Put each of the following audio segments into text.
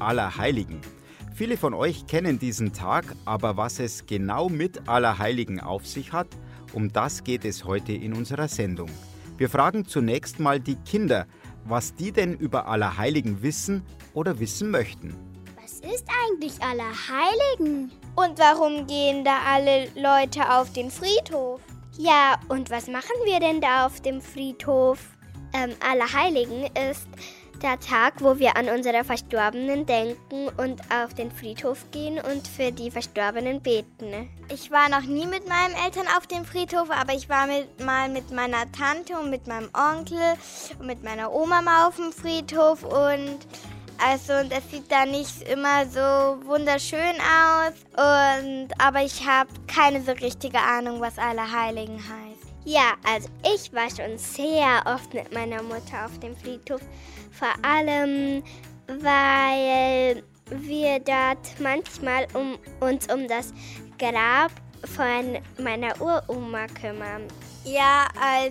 Allerheiligen. Viele von euch kennen diesen Tag, aber was es genau mit Allerheiligen auf sich hat, um das geht es heute in unserer Sendung. Wir fragen zunächst mal die Kinder, was die denn über Allerheiligen wissen oder wissen möchten. Was ist eigentlich Allerheiligen? Und warum gehen da alle Leute auf den Friedhof? Ja, und was machen wir denn da auf dem Friedhof? Allerheiligen ist der Tag, wo wir an unsere Verstorbenen denken und auf den Friedhof gehen und für die Verstorbenen beten. Ich war noch nie mit meinen Eltern auf dem Friedhof, aber ich war mal mit meiner Tante und mit meinem Onkel und mit meiner Oma mal auf dem Friedhof und das sieht da nicht immer so wunderschön aus, aber ich habe keine so richtige Ahnung, was Allerheiligen heißt. Ja, also ich war schon sehr oft mit meiner Mutter auf dem Friedhof, vor allem weil wir dort manchmal uns um das Grab von meiner Uroma kümmern. Ja,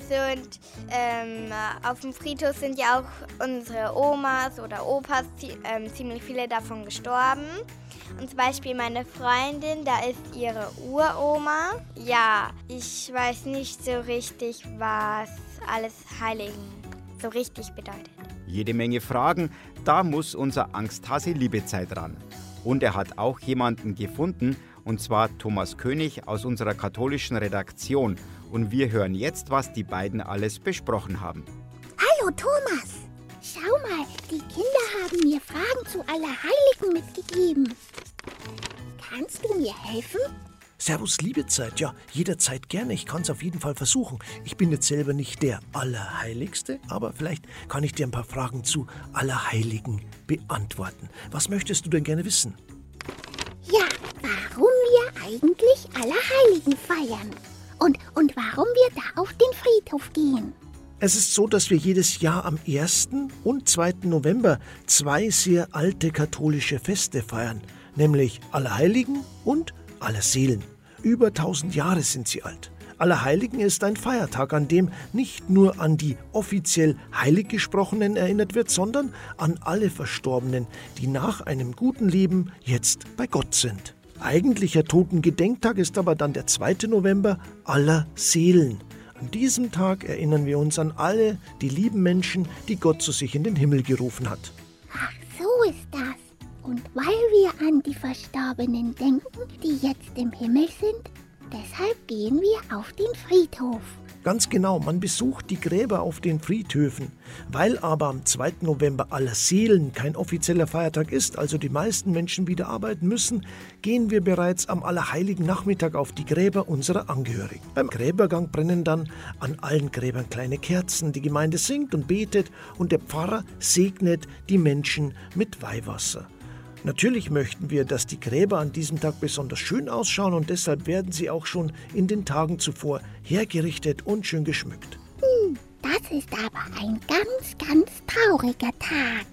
auf dem Friedhof sind ja auch unsere Omas oder Opas, ziemlich viele davon gestorben. Und zum Beispiel meine Freundin, da ist ihre Uroma. Ja, ich weiß nicht so richtig, was alles Heiligen so richtig bedeutet. Jede Menge Fragen, da muss unser Angsthase Liebezeit ran. Und er hat auch jemanden gefunden, und zwar Thomas König aus unserer katholischen Redaktion. Und wir hören jetzt, was die beiden alles besprochen haben. Hallo Thomas, schau mal, die Kinder haben mir Fragen zu Allerheiligen mitgegeben. Kannst du mir helfen? Servus Liebezeit, ja, jederzeit gerne, ich kann es auf jeden Fall versuchen. Ich bin jetzt selber nicht der Allerheiligste, aber vielleicht kann ich dir ein paar Fragen zu Allerheiligen beantworten. Was möchtest du denn gerne wissen? Ja, warum wir eigentlich Allerheiligen feiern und warum wir da auf den Friedhof gehen. Es ist so, dass wir jedes Jahr am 1. und 2. November 2 sehr alte katholische Feste feiern, nämlich Allerheiligen und Allerseelen. Über 1000 Jahre sind sie alt. Allerheiligen ist ein Feiertag, an dem nicht nur an die offiziell Heiliggesprochenen erinnert wird, sondern an alle Verstorbenen, die nach einem guten Leben jetzt bei Gott sind. Eigentlicher Totengedenktag ist aber dann der 2. November Allerseelen. An diesem Tag erinnern wir uns an alle die lieben Menschen, die Gott zu sich in den Himmel gerufen hat. Ach, so ist das. Und weil wir an die Verstorbenen denken, die jetzt im Himmel sind, deshalb gehen wir auf den Friedhof. Ganz genau, man besucht die Gräber auf den Friedhöfen. Weil aber am 2. November Allerseelen kein offizieller Feiertag ist, also die meisten Menschen wieder arbeiten müssen, gehen wir bereits am Allerheiligen Nachmittag auf die Gräber unserer Angehörigen. Beim Gräbergang brennen dann an allen Gräbern kleine Kerzen, die Gemeinde singt und betet und der Pfarrer segnet die Menschen mit Weihwasser. Natürlich möchten wir, dass die Gräber an diesem Tag besonders schön ausschauen und deshalb werden sie auch schon in den Tagen zuvor hergerichtet und schön geschmückt. Das ist aber ein ganz trauriger Tag.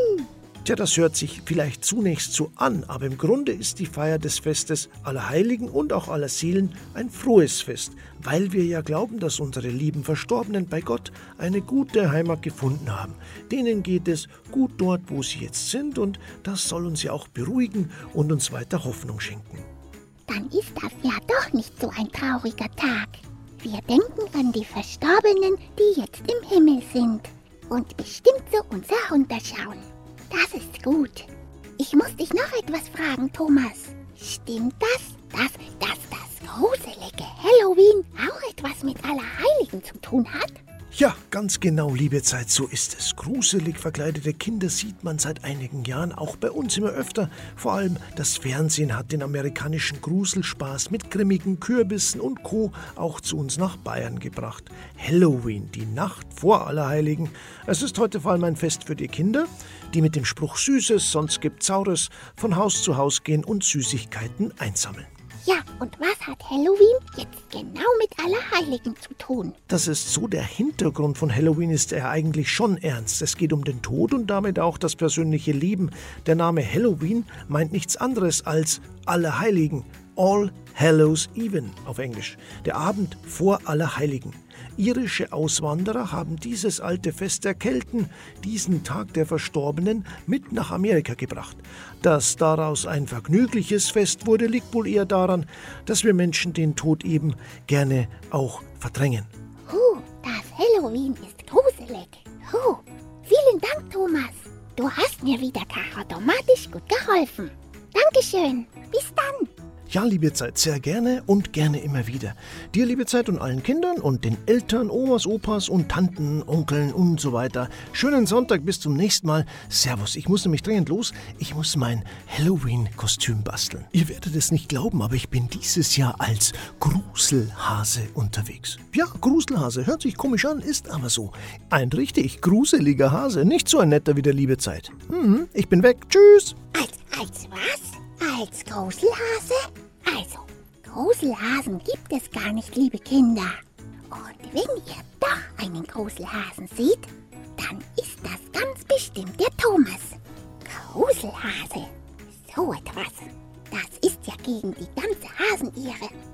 Tja, das hört sich vielleicht zunächst so an, aber im Grunde ist die Feier des Festes Allerheiligen und auch Allerseelen ein frohes Fest, weil wir ja glauben, dass unsere lieben Verstorbenen bei Gott eine gute Heimat gefunden haben. Denen geht es gut dort, wo sie jetzt sind und das soll uns ja auch beruhigen und uns weiter Hoffnung schenken. Dann ist das ja doch nicht so ein trauriger Tag. Wir denken an die Verstorbenen, die jetzt im Himmel sind und bestimmt zu uns herunterschauen. Das ist gut. Ich muss dich noch etwas fragen, Thomas. Stimmt das, dass das gruselige Halloween auch etwas mit Allerheiligen zu tun hat? Ja, ganz genau, liebe Zeit, so ist es. Gruselig verkleidete Kinder sieht man seit einigen Jahren auch bei uns immer öfter. Vor allem das Fernsehen hat den amerikanischen Gruselspaß mit grimmigen Kürbissen und Co. auch zu uns nach Bayern gebracht. Halloween, die Nacht vor Allerheiligen. Es ist heute vor allem ein Fest für die Kinder, die mit dem Spruch Süßes, sonst gibt's Saures von Haus zu Haus gehen und Süßigkeiten einsammeln. Ja, und was hat Halloween jetzt genau mit Allerheiligen zu tun? Das ist so, der Hintergrund von Halloween ist ja eigentlich schon ernst. Es geht um den Tod und damit auch das persönliche Leben. Der Name Halloween meint nichts anderes als Allerheiligen. All Hallows Even auf Englisch, der Abend vor Allerheiligen. Irische Auswanderer haben dieses alte Fest der Kelten, diesen Tag der Verstorbenen, mit nach Amerika gebracht. Dass daraus ein vergnügliches Fest wurde, liegt wohl eher daran, dass wir Menschen den Tod eben gerne auch verdrängen. Das Halloween ist gruselig. Vielen Dank, Thomas. Du hast mir wieder automatisch gut geholfen. Dankeschön. Bis dann. Ja, liebe Zeit, sehr gerne und gerne immer wieder. Dir, liebe Zeit, und allen Kindern und den Eltern, Omas, Opas und Tanten, Onkeln und so weiter. Schönen Sonntag, bis zum nächsten Mal. Servus, ich muss nämlich dringend los. Ich muss mein Halloween-Kostüm basteln. Ihr werdet es nicht glauben, aber ich bin dieses Jahr als Gruselhase unterwegs. Ja, Gruselhase, hört sich komisch an, ist aber so. Ein richtig gruseliger Hase, nicht so ein netter wie der liebe Zeit. Ich bin weg, tschüss. Als was? Als Gruselhase? Also, Gruselhasen gibt es gar nicht, liebe Kinder. Und wenn ihr doch einen Gruselhasen seht, dann ist das ganz bestimmt der Thomas. Gruselhase, so etwas. Das ist ja gegen die ganze Hasenehre.